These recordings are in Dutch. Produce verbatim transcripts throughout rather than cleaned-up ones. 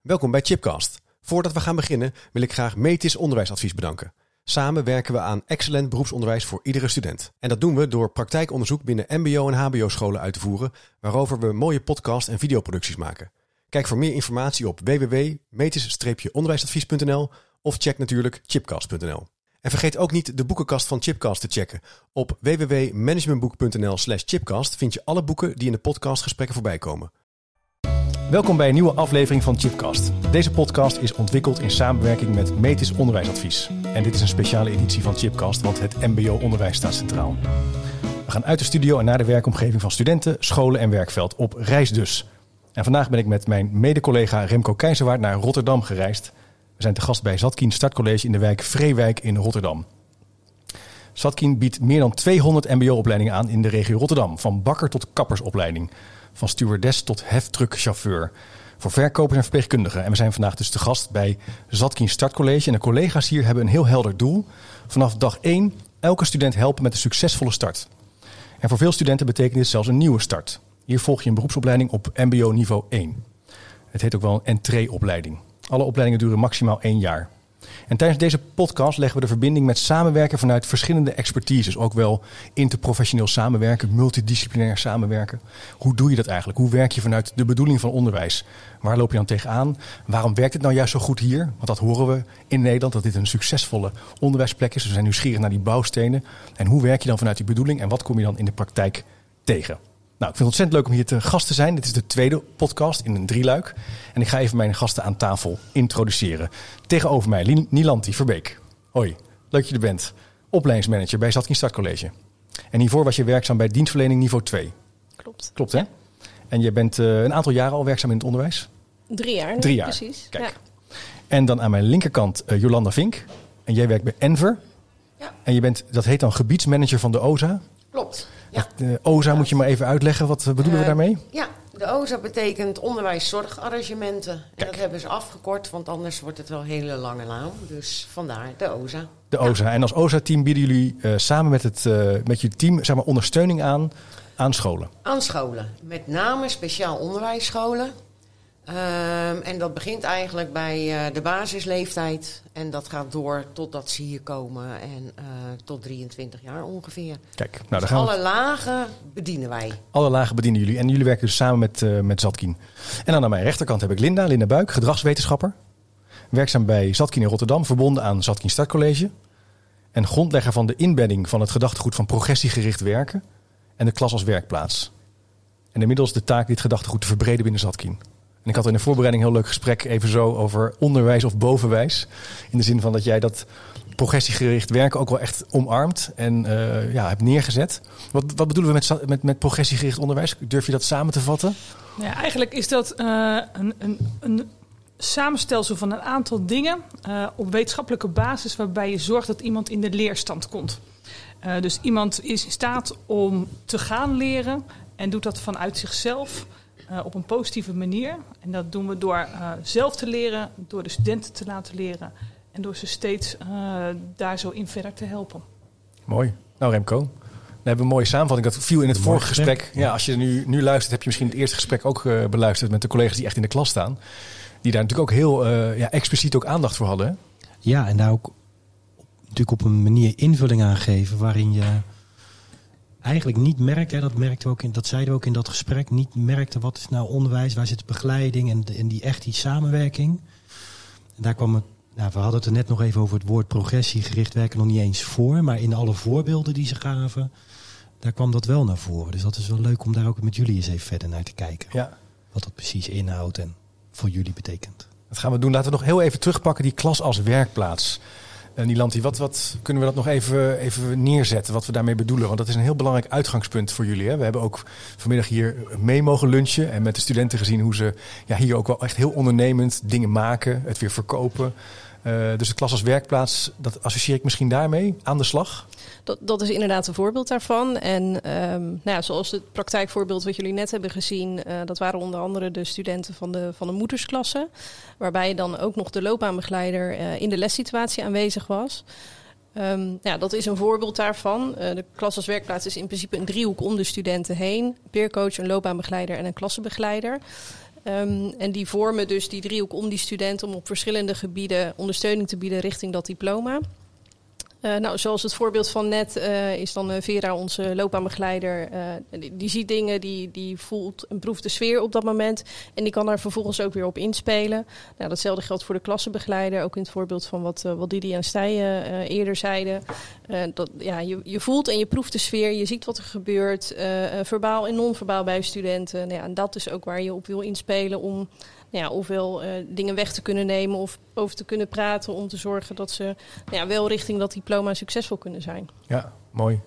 Welkom bij Chipcast. Voordat we gaan beginnen wil ik graag Metis Onderwijsadvies bedanken. Samen werken we aan excellent beroepsonderwijs voor iedere student. En dat doen we door praktijkonderzoek binnen mbo- en hbo-scholen uit te voeren, waarover we mooie podcast- en videoproducties maken. Kijk voor meer informatie op w w w punt metis onderwijsadvies punt n l of check natuurlijk chipcast punt n l. En vergeet ook niet de boekenkast van Chipcast te checken. Op w w w punt managementboek punt n l slash chipcast vind je alle boeken die in de podcastgesprekken voorbij komen. Welkom bij een nieuwe aflevering van Chipcast. Deze podcast is ontwikkeld in samenwerking met Metis Onderwijsadvies. En dit is een speciale editie van Chipcast, want het mbo-onderwijs staat centraal. We gaan uit de studio en naar de werkomgeving van studenten, scholen en werkveld op reis dus. En vandaag ben ik met mijn mede-collega Remco Keizerwaard naar Rotterdam gereisd. We zijn te gast bij Zatkin Startcollege in de wijk Vreewijk in Rotterdam. Zatkin biedt meer dan tweehonderd mbo-opleidingen aan in de regio Rotterdam. Van bakker tot kappersopleiding. Van stewardess tot heftruckchauffeur. Voor verkopers en verpleegkundigen. En we zijn vandaag dus te gast bij Zatkin Startcollege. En de collega's hier hebben een heel helder doel. Vanaf dag één elke student helpen met een succesvolle start. En voor veel studenten betekent dit zelfs een nieuwe start. Hier volg je een beroepsopleiding op mbo niveau één. Het heet ook wel een entreeopleiding. Alle opleidingen duren maximaal één jaar. En tijdens deze podcast leggen we de verbinding met samenwerken vanuit verschillende expertises. Ook wel interprofessioneel samenwerken, multidisciplinair samenwerken. Hoe doe je dat eigenlijk? Hoe werk je vanuit de bedoeling van onderwijs? Waar loop je dan tegenaan? Waarom werkt het nou juist zo goed hier? Want dat horen we in Nederland, dat dit een succesvolle onderwijsplek is. We zijn nieuwsgierig naar die bouwstenen. En hoe werk je dan vanuit die bedoeling en wat kom je dan in de praktijk tegen? Nou, ik vind het ontzettend leuk om hier te gast te zijn. Dit is de tweede podcast in een drieluik. En ik ga even mijn gasten aan tafel introduceren. Tegenover mij, Nilanti Verbeek. Hoi, leuk dat je er bent. Opleidingsmanager bij Zatkin Startcollege. En hiervoor was je werkzaam bij dienstverlening niveau twee. Klopt. Klopt, hè? En je bent uh, een aantal jaren al werkzaam in het onderwijs? Drie jaar. Nu, Drie jaar, precies. Kijk. Ja. En dan aan mijn linkerkant uh, Jolanda Vink. En jij werkt bij Enver. Ja. En je bent, dat heet dan gebiedsmanager van de O Z A. Klopt. Ja. De O Z A moet je maar even uitleggen. Wat bedoelen uh, we daarmee? Ja, de O Z A betekent onderwijszorgarrangementen. En Kijk. dat hebben ze afgekort, want anders wordt het wel een hele lange naam. Dus vandaar de O Z A. De O Z A. Ja. En als O Z A-team bieden jullie uh, samen met, het, uh, met je team zeg maar, ondersteuning aan aan scholen? Aan scholen. Met name speciaal onderwijsscholen. Um, en dat begint eigenlijk bij uh, de basisleeftijd. En dat gaat door totdat ze hier komen en uh, tot drieëntwintig jaar ongeveer. Kijk, nou, dus dan gaan we alle lagen bedienen wij. Alle lagen bedienen jullie. En jullie werken dus samen met, uh, met Zatkin. En dan aan mijn rechterkant heb ik Linda, Linda Buik, gedragswetenschapper. Werkzaam bij Zatkin in Rotterdam, verbonden aan Zatkin Startcollege. En grondlegger van de inbedding van het gedachtegoed van progressiegericht werken. En de klas als werkplaats. En inmiddels de taak dit gedachtegoed te verbreden binnen Zatkin. En ik had in de voorbereiding een heel leuk gesprek even zo over onderwijs of bovenwijs. In de zin van dat jij dat progressiegericht werken ook wel echt omarmt en uh, ja, hebt neergezet. Wat, wat bedoelen we met, met, met progressiegericht onderwijs? Durf je dat samen te vatten? Ja, eigenlijk is dat uh, een, een, een samenstelsel van een aantal dingen uh, op wetenschappelijke basis waarbij je zorgt dat iemand in de leerstand komt. Uh, dus iemand is in staat om te gaan leren en doet dat vanuit zichzelf. Uh, op een positieve manier. En dat doen we door uh, zelf te leren, door de studenten te laten leren en door ze steeds uh, daar zo in verder te helpen. Mooi. Nou Remco, dan hebben we een mooie samenvatting. Dat viel in het vorige gesprek. gesprek. Ja, als je nu, nu luistert, heb je misschien het eerste gesprek ook uh, beluisterd met de collega's die echt in de klas staan. Die daar natuurlijk ook heel uh, ja, expliciet ook aandacht voor hadden. Hè? Ja, en daar ook natuurlijk op een manier invulling aan geven waarin je eigenlijk niet merkt, hè, dat merkten we ook in, dat zeiden we ook in dat gesprek, niet merkte wat is nou onderwijs, waar zit begeleiding en, en die echt die samenwerking. En daar kwam het, nou, we hadden het er net nog even over het woord progressiegericht werken nog niet eens voor, maar in alle voorbeelden die ze gaven, daar kwam dat wel naar voren. Dus dat is wel leuk om daar ook met jullie eens even verder naar te kijken. Ja. Wat dat precies inhoudt en voor jullie betekent. Dat gaan we doen. Laten we nog heel even terugpakken, die klas als werkplaats. Uh, Nilanti, wat, wat kunnen we dat nog even, even neerzetten, wat we daarmee bedoelen? Want dat is een heel belangrijk uitgangspunt voor jullie. Hè? We hebben ook vanmiddag hier mee mogen lunchen en met de studenten gezien hoe ze ja, hier ook wel echt heel ondernemend dingen maken, het weer verkopen. Uh, dus de klas als werkplaats, dat associeer ik misschien daarmee aan de slag? Dat, dat is inderdaad een voorbeeld daarvan. En um, nou ja, zoals het praktijkvoorbeeld wat jullie net hebben gezien, uh, dat waren onder andere de studenten van de, van de moedersklasse. Waarbij dan ook nog de loopbaanbegeleider uh, in de lessituatie aanwezig was. Um, ja, dat is een voorbeeld daarvan. Uh, de klas als werkplaats is in principe een driehoek om de studenten heen. Peercoach, een loopbaanbegeleider en een klassenbegeleider. Um, en die vormen dus die driehoek om die student om op verschillende gebieden ondersteuning te bieden richting dat diploma. Uh, nou, zoals het voorbeeld van net uh, is dan uh, Vera, onze loopbaanbegeleider. Uh, die, die ziet dingen, die, die voelt en proeft de sfeer op dat moment. En die kan daar vervolgens ook weer op inspelen. Nou, datzelfde geldt voor de klassenbegeleider. Ook in het voorbeeld van wat, uh, wat Didi en Stij uh, eerder zeiden. Uh, dat, ja, je, je voelt en je proeft de sfeer. Je ziet wat er gebeurt. Uh, uh, verbaal en non-verbaal bij studenten. Nou ja, en dat is ook waar je op wil inspelen om... Nou ja, ofwel uh, dingen weg te kunnen nemen of over te kunnen praten om te zorgen dat ze nou ja, wel richting dat diploma succesvol kunnen zijn. Ja, mooi.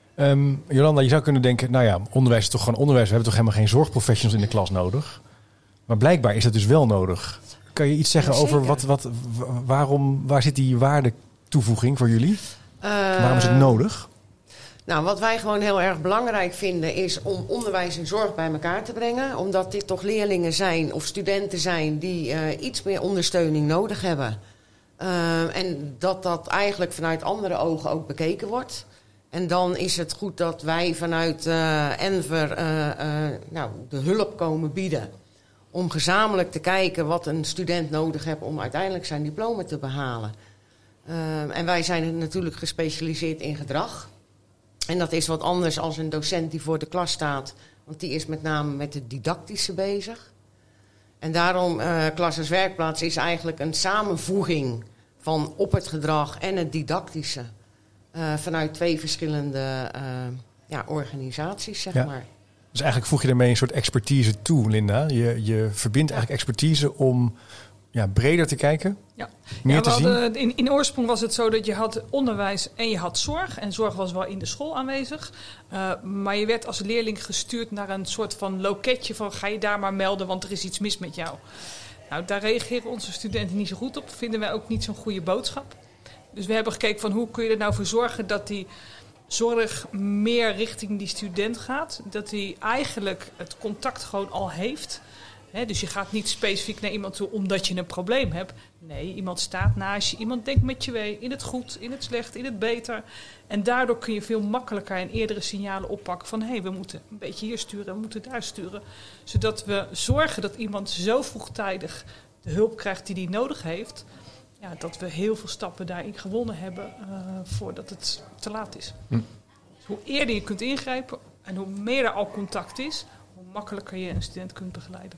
Um, Jolanda, je zou kunnen denken, nou ja, onderwijs is toch gewoon onderwijs. We hebben toch helemaal geen zorgprofessionals in de klas nodig. Maar blijkbaar is dat dus wel nodig. Kan je iets zeggen ja, over wat, wat, waarom, waar zit die waardetoevoeging voor jullie? Uh, waarom is het nodig? Nou, wat wij gewoon heel erg belangrijk vinden is om onderwijs en zorg bij elkaar te brengen. Omdat dit toch leerlingen zijn of studenten zijn die uh, iets meer ondersteuning nodig hebben. Uh, en dat dat eigenlijk vanuit andere ogen ook bekeken wordt. En dan is het goed dat wij vanuit uh, Enver uh, uh, nou, de hulp komen bieden. Om gezamenlijk te kijken wat een student nodig heeft om uiteindelijk zijn diploma te behalen. Uh, en wij zijn natuurlijk gespecialiseerd in gedrag. En dat is wat anders als een docent die voor de klas staat. Want die is met name met het didactische bezig. En daarom, uh, Klas als Werkplaats is eigenlijk een samenvoeging van op het gedrag en het didactische. Uh, vanuit twee verschillende uh, ja, organisaties, zeg ja. maar. Dus eigenlijk voeg je daarmee een soort expertise toe, Linda. Je, je verbindt eigenlijk expertise om ja, breder te kijken. Ja. Meer ja, te zien. Hadden, in, in oorsprong was het zo dat je had onderwijs en je had zorg. En zorg was wel in de school aanwezig. Uh, maar je werd als leerling gestuurd naar een soort van loketje van ga je daar maar melden, want er is iets mis met jou. Nou, daar reageren onze studenten niet zo goed op. Dat vinden wij ook niet zo'n goede boodschap. Dus we hebben gekeken van hoe kun je er nou voor zorgen dat die zorg meer richting die student gaat. Dat hij eigenlijk het contact gewoon al heeft. He, dus je gaat niet specifiek naar iemand toe omdat je een probleem hebt. Nee, iemand staat naast je. Iemand denkt met je mee in het goed, in het slecht, in het beter. En daardoor kun je veel makkelijker en eerdere signalen oppakken van hé, hey, we moeten een beetje hier sturen, we moeten daar sturen. Zodat we zorgen dat iemand zo vroegtijdig de hulp krijgt die hij nodig heeft. Ja, dat we heel veel stappen daarin gewonnen hebben uh, voordat het te laat is. Hm. Dus hoe eerder je kunt ingrijpen en hoe meer er al contact is, hoe makkelijker je een student kunt begeleiden.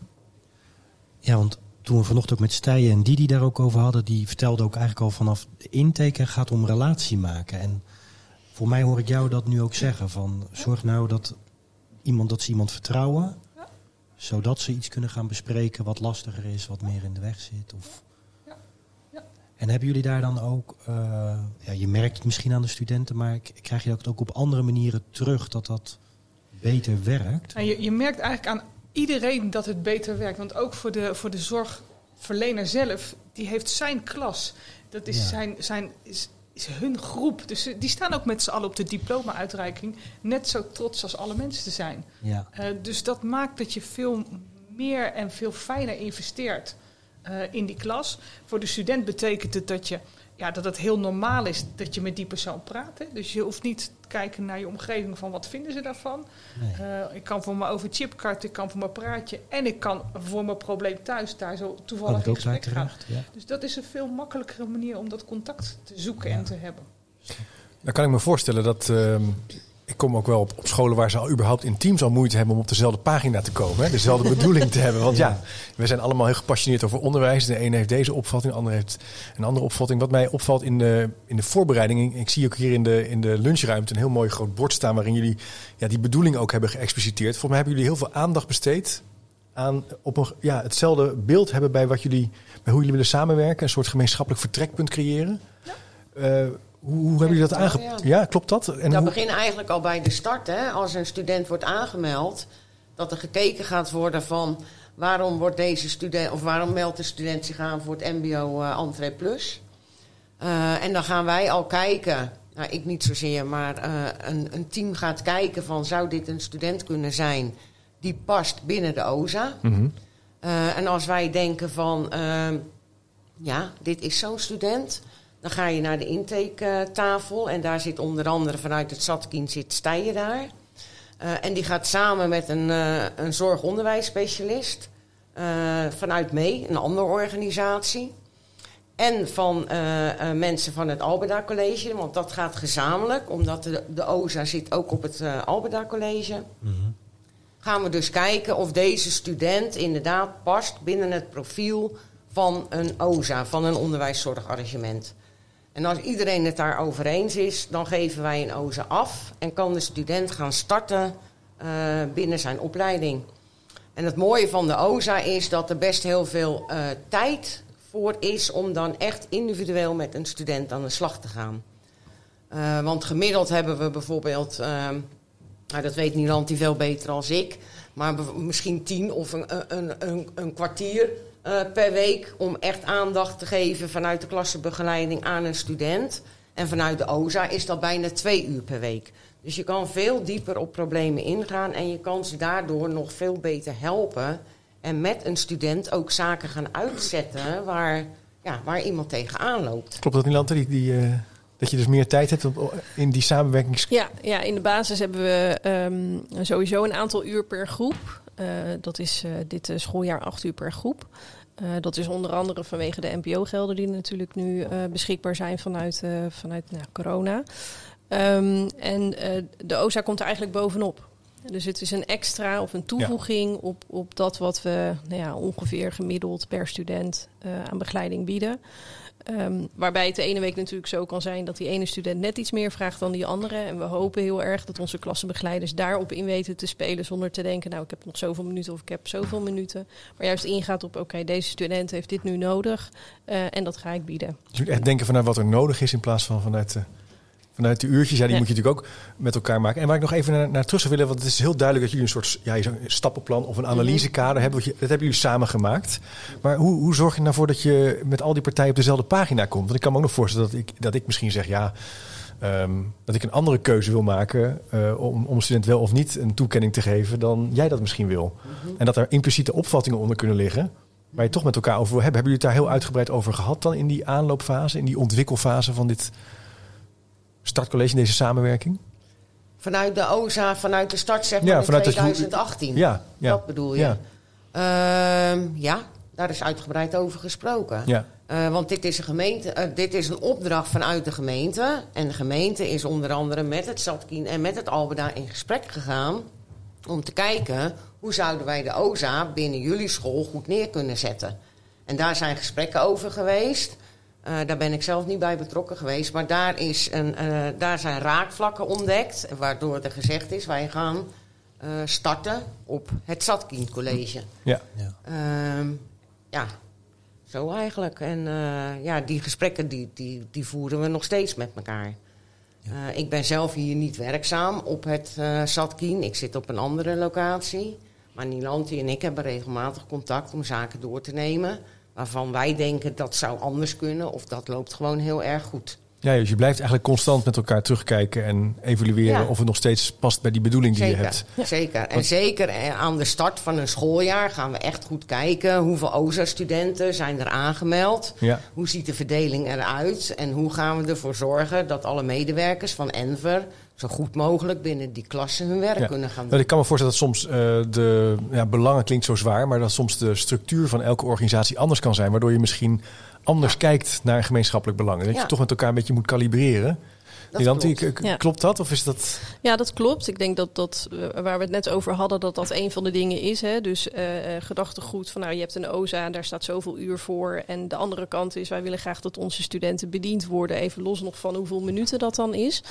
Ja, want toen we vanochtend ook met Stije en Didi daar ook over hadden, die vertelde ook eigenlijk al vanaf de intake gaat om relatie maken. En voor mij hoor ik jou dat nu ook zeggen van zorg nou dat iemand dat ze iemand vertrouwen, ja. Zodat ze iets kunnen gaan bespreken wat lastiger is, wat meer in de weg zit. Of... Ja. Ja. En hebben jullie daar dan ook, uh, ja, je merkt het misschien aan de studenten, maar krijg je dat ook op andere manieren terug dat dat beter werkt? En je, je merkt eigenlijk aan iedereen dat het beter werkt. Want ook voor de, voor de zorgverlener zelf, die heeft zijn klas. Dat is, ja. zijn, zijn, is, is hun groep. Dus die staan ook met z'n allen op de diploma-uitreiking. Net zo trots als alle mensen te zijn. Ja. Uh, dus dat maakt dat je veel meer en veel fijner investeert uh, in die klas. Voor de student betekent het dat je... Ja, dat het heel normaal is dat je met die persoon praat. Hè? Dus je hoeft niet te kijken naar je omgeving van wat vinden ze daarvan. Nee. Uh, ik kan voor mijn over chipkaart, ik kan voor mijn praatje en ik kan voor mijn probleem thuis daar zo toevallig in gesprek gaan. Ja. Dus dat is een veel makkelijkere manier om dat contact te zoeken ja. en te hebben. Dan kan ik me voorstellen dat... Uh, ik kom ook wel op, op scholen waar ze al überhaupt in teams al moeite hebben om op dezelfde pagina te komen. Hè? Dezelfde bedoeling te hebben. Want ja. ja, we zijn allemaal heel gepassioneerd over onderwijs. De ene heeft deze opvatting, de ander heeft een andere opvatting. Wat mij opvalt in de, in de voorbereiding. Ik zie ook hier in de, in de lunchruimte een heel mooi groot bord staan waarin jullie ja, die bedoeling ook hebben geëxpliciteerd. Volgens mij hebben jullie heel veel aandacht besteed aan op een, ja, hetzelfde beeld hebben bij, wat jullie, bij hoe jullie willen samenwerken. Een soort gemeenschappelijk vertrekpunt creëren. Ja. Uh, Hoe, hoe hebben jullie dat aangepakt? Ja. ja, klopt dat? En dat hoe... begint eigenlijk al bij de start. Hè? Als een student wordt aangemeld, dat er gekeken gaat worden van waarom wordt deze student of waarom meldt de student zich aan voor het M B O uh, Entree Plus. Uh, en dan gaan wij al kijken, nou ik niet zozeer, maar uh, een, een team gaat kijken van zou dit een student kunnen zijn die past binnen de O Z A. Mm-hmm. Uh, en als wij denken van uh, ja, dit is zo'n student. Dan ga je naar de intaketafel en daar zit onder andere vanuit het Zatkin zit Stije daar. Uh, en die gaat samen met een, uh, een zorgonderwijsspecialist uh, vanuit mee, een andere organisatie. En van uh, uh, mensen van het Alberda College, want dat gaat gezamenlijk, omdat de, de O Z A zit ook op het uh, Alberda College. Mm-hmm. Gaan we dus kijken of deze student inderdaad past binnen het profiel van een O Z A, van een onderwijszorgarrangement. En als iedereen het daarover eens is, dan geven wij een O Z A af en kan de student gaan starten uh, binnen zijn opleiding. En het mooie van de O Z A is dat er best heel veel uh, tijd voor is om dan echt individueel met een student aan de slag te gaan. Uh, want gemiddeld hebben we bijvoorbeeld, uh, nou dat weet Nilanti veel beter als ik, maar bev- misschien tien of een, een, een, een kwartier uh, per week om echt aandacht te geven vanuit de klassenbegeleiding aan een student. En vanuit de O Z A is dat bijna twee uur per week. Dus je kan veel dieper op problemen ingaan en je kan ze daardoor nog veel beter helpen. En met een student ook zaken gaan uitzetten waar, ja, waar iemand tegenaan loopt. Klopt dat, Nilanti, die, die, uh, dat je dus meer tijd hebt op, in die samenwerkings... Ja, ja, in de basis hebben we um, sowieso een aantal uur per groep. Uh, dat is uh, dit uh, schooljaar acht uur per groep. Uh, dat is onder andere vanwege de N P O-gelden die natuurlijk nu uh, beschikbaar zijn vanuit, uh, vanuit nou, corona. Um, en uh, de O Z A komt er eigenlijk bovenop. Dus het is een extra of een toevoeging ja. op, op dat wat we nou ja, ongeveer gemiddeld per student uh, aan begeleiding bieden. Um, waarbij het de ene week natuurlijk zo kan zijn dat die ene student net iets meer vraagt dan die andere. En we hopen heel erg dat onze klassenbegeleiders daarop in weten te spelen zonder te denken, nou ik heb nog zoveel minuten of ik heb zoveel minuten. Maar juist ingaat op, oké, okay, deze student heeft dit nu nodig uh, en dat ga ik bieden. Dus je moet echt denken vanuit wat er nodig is in plaats van vanuit... Uh... Vanuit de uurtjes, ja, die ja. moet je natuurlijk ook met elkaar maken. En waar ik nog even naar, naar terug zou willen, want het is heel duidelijk dat jullie een soort ja, een stappenplan of een analysekader hebben. Dat hebben jullie samen gemaakt. Maar hoe, hoe zorg je ervoor dat je met al die partijen op dezelfde pagina komt? Want ik kan me ook nog voorstellen dat ik, dat ik misschien zeg, ja, um, dat ik een andere keuze wil maken uh, om, om een student wel of niet een toekenning te geven dan jij dat misschien wil. Mm-hmm. En dat er impliciete opvattingen onder kunnen liggen waar je toch met elkaar over wil hebben. Hebben jullie het daar heel uitgebreid over gehad dan in die aanloopfase, in die ontwikkelfase van dit startcollege in deze samenwerking? Vanuit de O Z A, vanuit de start zeg maar ja, in vanuit twintig achttien. De... Ja, ja, dat bedoel je? Ja. Uh, ja, daar is uitgebreid over gesproken. Ja. Uh, want dit is, een gemeente, uh, dit is een opdracht vanuit de gemeente. En de gemeente is onder andere met het Zatkin en met het Alberda in gesprek gegaan om te kijken hoe zouden wij de O Z A binnen jullie school goed neer kunnen zetten. En daar zijn gesprekken over geweest. Uh, daar ben ik zelf niet bij betrokken geweest. Maar daar, is een, uh, daar zijn raakvlakken ontdekt. Waardoor er gezegd is, wij gaan uh, starten op het Zatkin College. Ja. Ja. Uh, ja, zo eigenlijk. En uh, ja, die gesprekken die, die, die voeren we nog steeds met elkaar. Ja. Uh, ik ben zelf hier niet werkzaam op het uh, Zatkin. Ik zit op een andere locatie. Maar Nilanti en ik hebben regelmatig contact om zaken door te nemen waarvan wij denken dat zou anders kunnen of dat loopt gewoon heel erg goed. Ja, dus je blijft eigenlijk constant met elkaar terugkijken en evalueren ja. of het nog steeds past bij die bedoeling die zeker, je hebt. Ja. Zeker. En Want... zeker aan de start van een schooljaar gaan we echt goed kijken hoeveel O Z A-studenten zijn er aangemeld. Ja. Hoe ziet de verdeling eruit en hoe gaan we ervoor zorgen dat alle medewerkers van Enver zo goed mogelijk binnen die klassen hun werk ja. kunnen gaan doen. Nou, ik kan me voorstellen dat soms uh, de ja, belangen klinkt zo zwaar, maar dat soms de structuur van elke organisatie anders kan zijn, waardoor je misschien anders ja. kijkt naar gemeenschappelijk belang. Dat ja. je toch met elkaar een beetje moet kalibreren. Nilanti, klopt. K- ja. klopt dat? Of is dat... Ja, dat klopt. Ik denk dat dat, waar we het net over hadden, dat dat een van de dingen is. Hè? Dus uh, gedachtegoed van, nou, je hebt een O Z A en daar staat zoveel uur voor. En de andere kant is, wij willen graag dat onze studenten bediend worden. Even los nog van hoeveel minuten dat dan is.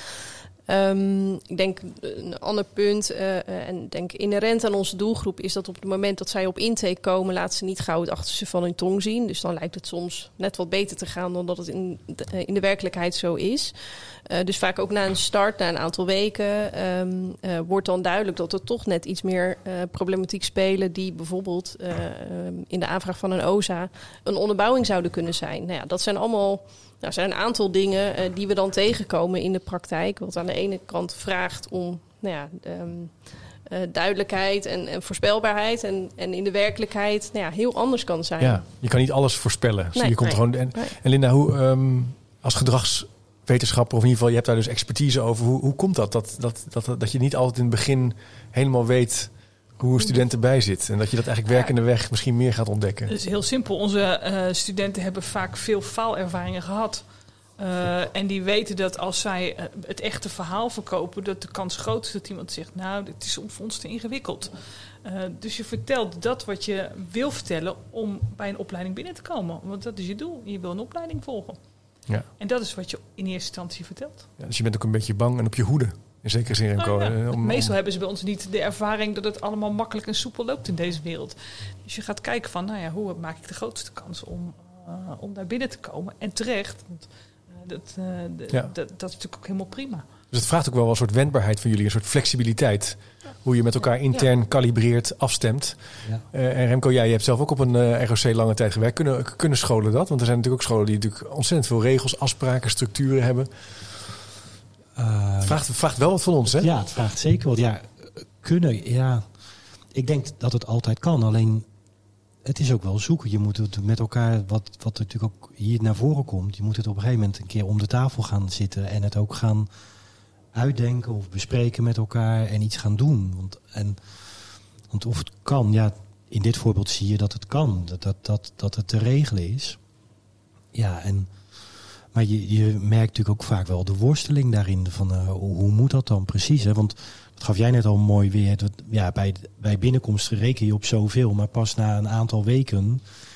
Um, ik denk een ander punt, uh, en denk inherent aan onze doelgroep, is dat op het moment dat zij op intake komen, laten ze niet gauw het achterste van hun tong zien. Dus dan lijkt het soms net wat beter te gaan dan dat het in de, in de werkelijkheid zo is. Uh, dus vaak ook na een start, na een aantal weken, um, uh, wordt dan duidelijk dat er toch net iets meer uh, problematiek spelen die bijvoorbeeld uh, um, in de aanvraag van een O Z A een onderbouwing zouden kunnen zijn. Nou ja, dat zijn allemaal... Nou, er zijn een aantal dingen uh, die we dan tegenkomen in de praktijk. Wat aan de ene kant vraagt om nou ja, um, uh, duidelijkheid en, en voorspelbaarheid. En, en in de werkelijkheid nou ja, heel anders kan zijn. Ja, je kan niet alles voorspellen. Dus nee, je komt nee, gewoon, en, nee. en Linda, hoe, um, als gedragswetenschapper, of in ieder geval, je hebt daar dus expertise over. Hoe, hoe komt dat? Dat, dat, dat? dat je niet altijd in het begin helemaal weet hoe een student erbij zit. En dat je dat eigenlijk werkende weg misschien meer gaat ontdekken. Het is heel simpel. Onze uh, studenten hebben vaak veel faalervaringen gehad. Uh, en die weten dat als zij uh, het echte verhaal verkopen, dat de kans groot is dat iemand zegt, nou, dit is voor ons te ingewikkeld. Uh, dus je vertelt dat wat je wil vertellen om bij een opleiding binnen te komen. Want dat is je doel. Je wil een opleiding volgen. Ja. En dat is wat je in eerste instantie vertelt. Ja, dus je bent ook een beetje bang en op je hoede. In zekere zin, Remco. Nou ja, om, om... Meestal hebben ze bij ons niet de ervaring dat het allemaal makkelijk en soepel loopt in deze wereld. Dus je gaat kijken van, nou ja, hoe maak ik de grootste kans om, uh, om daar binnen te komen. En terecht, want uh, dat, uh, de, ja. dat, dat is natuurlijk ook helemaal prima. Dus het vraagt ook wel een soort wendbaarheid van jullie, een soort flexibiliteit. Ja. Hoe je met elkaar intern ja. kalibreert, afstemt. Ja. Uh, en Remco, jij hebt zelf ook op een uh, R O C lange tijd gewerkt. Kunnen, kunnen scholen dat? Want er zijn natuurlijk ook scholen die natuurlijk ontzettend veel regels, afspraken, structuren hebben. Uh, het, vraagt, het vraagt wel wat van ons, hè? Ja, het vraagt zeker wat. Ja, kunnen, ja. Ik denk dat het altijd kan. Alleen, het is ook wel zoeken. Je moet het met elkaar, wat, wat natuurlijk ook hier naar voren komt. Je moet het op een gegeven moment een keer om de tafel gaan zitten. En het ook gaan uitdenken of bespreken met elkaar. En iets gaan doen. Want, en, want of het kan, ja, in dit voorbeeld zie je dat het kan. Dat, dat, dat, dat het te regelen is. Ja, en... Maar je, je merkt natuurlijk ook vaak wel de worsteling daarin. Van uh, hoe moet dat dan precies? Hè? Want dat gaf jij net al mooi weer. Dat, ja, bij, bij binnenkomst reken je op zoveel. Maar pas na een aantal weken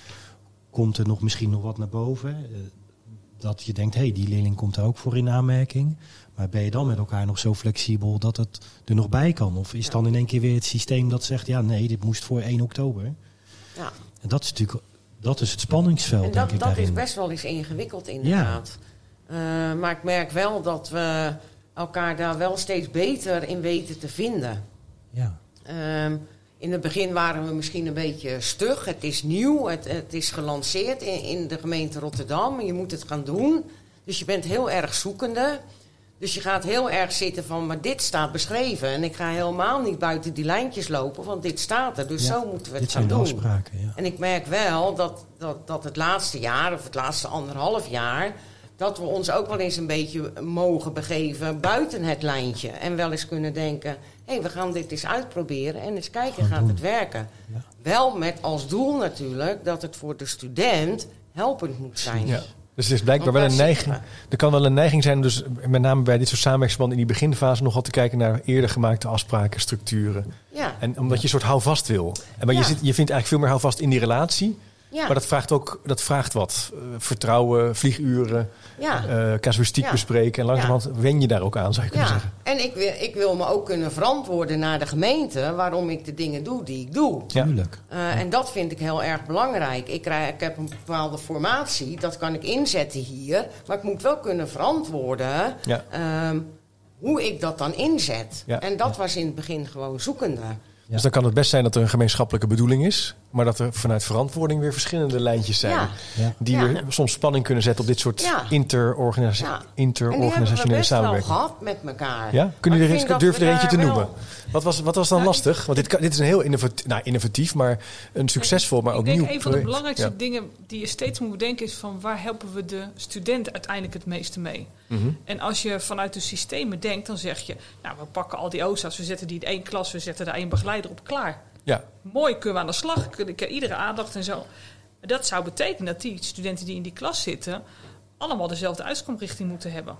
komt er nog misschien nog wat naar boven. Uh, dat je denkt, hé, hey, die leerling komt daar ook voor in aanmerking. Maar ben je dan met elkaar nog zo flexibel dat het er nog bij kan? Of is dan in één keer weer het systeem dat zegt, ja nee, dit moest voor één oktober. Ja. En dat is natuurlijk... Dat is het spanningsveld, en dat, denk ik, dat daarin. is best wel eens ingewikkeld, inderdaad. Ja. Uh, maar ik merk wel dat we elkaar daar wel steeds beter in weten te vinden. Ja. Uh, in het begin waren we misschien een beetje stug. Het is nieuw, het, het is gelanceerd in, in de gemeente Rotterdam. Je moet het gaan doen. Dus je bent heel erg zoekende. Dus je gaat heel erg zitten van, maar dit staat beschreven. En ik ga helemaal niet buiten die lijntjes lopen, want dit staat er. Dus ja, zo moeten we het gaan doen. Afspraken, ja. En ik merk wel dat, dat, dat het laatste jaar, of het laatste anderhalf jaar... dat we ons ook wel eens een beetje mogen begeven buiten het lijntje. En wel eens kunnen denken, hé, hey, we gaan dit eens uitproberen en eens kijken, gaan gaat doen. Het werken? Ja. Wel met als doel natuurlijk dat het voor de student helpend moet zijn. Ja. Dus er is blijkbaar wel een neiging. Er kan wel een neiging zijn, dus met name bij dit soort samenwerkingsverbanden in die beginfase nogal te kijken naar eerder gemaakte afspraken, structuren. Ja. En omdat je een soort houvast wil. En maar ja. je, zit, je vindt eigenlijk veel meer houvast in die relatie. Ja. Maar dat vraagt ook dat vraagt wat. Uh, vertrouwen, vlieguren, ja. uh, casuïstiek ja. bespreken. En langzamerhand ja. wen je daar ook aan, zou je kunnen ja. zeggen. En ik wil, ik wil me ook kunnen verantwoorden naar de gemeente waarom ik de dingen doe die ik doe. Ja. Tuurlijk. Uh, ja. En dat vind ik heel erg belangrijk. Ik, krijg, ik heb een bepaalde formatie, dat kan ik inzetten hier. Maar ik moet wel kunnen verantwoorden ja. um, hoe ik dat dan inzet. Ja. En dat ja. was in het begin gewoon zoekende. Ja. Dus dan kan het best zijn dat er een gemeenschappelijke bedoeling is, maar dat er vanuit verantwoording weer verschillende lijntjes zijn. Ja. Ja. Die ja. weer soms spanning kunnen zetten op dit soort ja. interorganisa- ja. interorganisationele samenwerking. En die hebben we best wel gehad met elkaar. Ja? Kunnen jullie er, durf je er eentje te wel... noemen? Wat was, wat was dan nou, lastig? Want dit, dit is een heel innovatief, nou, innovatief, maar een succesvol, maar ook nieuw Ik denk een van de project. belangrijkste ja. dingen die je steeds moet bedenken is van waar helpen we de student uiteindelijk het meeste mee? Mm-hmm. En als je vanuit de systemen denkt, dan zeg je, nou, we pakken al die O S A's, we zetten die in één klas, we zetten daar één begeleider op, klaar. Ja. Mooi, kunnen we aan de slag, ik heb iedere aandacht en zo. Dat zou betekenen dat die studenten die in die klas zitten allemaal dezelfde uitstroomrichting moeten hebben.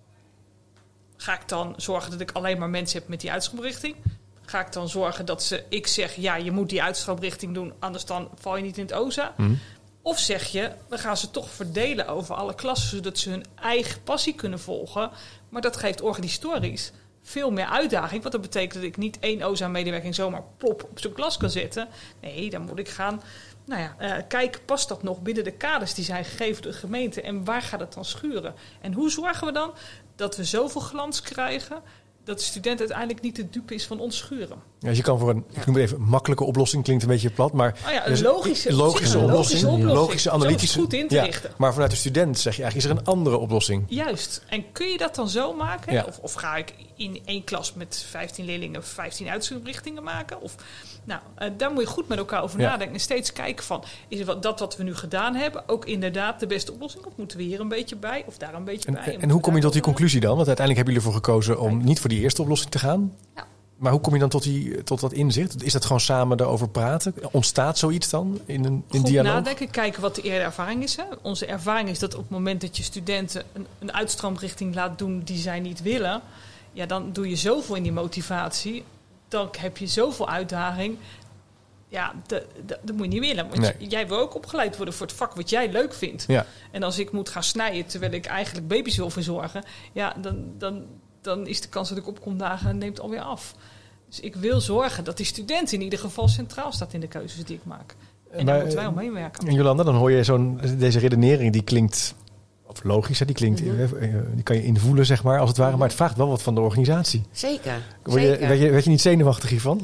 Ga ik dan zorgen dat ik alleen maar mensen heb met die uitstroomrichting? Ga ik dan zorgen dat ze, ik zeg, ja, je moet die uitstroomrichting doen, anders dan val je niet in het O S A? Mm. Of zeg je, we gaan ze toch verdelen over alle klassen, zodat ze hun eigen passie kunnen volgen. Maar dat geeft organisatorisch veel meer uitdaging. Want dat betekent dat ik niet één O S A-medewerking zomaar plop op zo'n klas kan zetten. Nee, dan moet ik gaan nou ja, uh, kijken, past dat nog binnen de kaders die zijn gegeven door de gemeente? En waar gaat het dan schuren? En hoe zorgen we dan dat we zoveel glans krijgen dat de student uiteindelijk niet de dupe is van ons schuren? Ja, dus je kan voor een, ik noem het even, makkelijke oplossing, klinkt een beetje plat, maar oh ja, een logische, logische, logische oplossing, oplossing, logische analytische, goed in te ja, richten. Maar vanuit de student zeg je eigenlijk, is er een andere oplossing? Juist. En kun je dat dan zo maken? Ja. Of, of ga ik in één klas met vijftien leerlingen vijftien uitzoekrichtingen maken? Of, nou, uh, daar moet je goed met elkaar over ja. nadenken en steeds kijken van, is wat, dat wat we nu gedaan hebben ook inderdaad de beste oplossing? Of moeten we hier een beetje bij of daar een beetje en, bij? En, en hoe kom je tot die conclusie dan? Want uiteindelijk hebben jullie ervoor gekozen om niet voor die eerste oplossing te gaan. Ja. Maar hoe kom je dan tot, die, tot dat inzicht? Is dat gewoon samen erover praten? Ontstaat zoiets dan in een in Goed dialoog? nadenken, kijken wat de eerder ervaring is. Hè. Onze ervaring is dat op het moment dat je studenten een, een uitstroomrichting laat doen die zij niet willen, ja, dan doe je zoveel in die motivatie. Dan heb je zoveel uitdaging. Ja, dat, dat, dat moet je niet willen. Want Nee. j- jij wil ook opgeleid worden voor het vak wat jij leuk vindt. Ja. En als ik moet gaan snijden terwijl ik eigenlijk baby's wil verzorgen, ja, dan, dan, dan is de kans dat ik opkom dagen neemt alweer af. Dus ik wil zorgen dat die student in ieder geval centraal staat in de keuzes die ik maak. En Maar, daar moeten wij om meewerken. En Jolanda, dan hoor je zo'n, deze redenaring, die klinkt, of logisch, hè, die klinkt, Mhm. eh, die kan je invoelen, zeg maar, als het ware. Maar het vraagt wel wat van de organisatie. Zeker. Word je, zeker. werd, je, werd je niet zenuwachtig hiervan?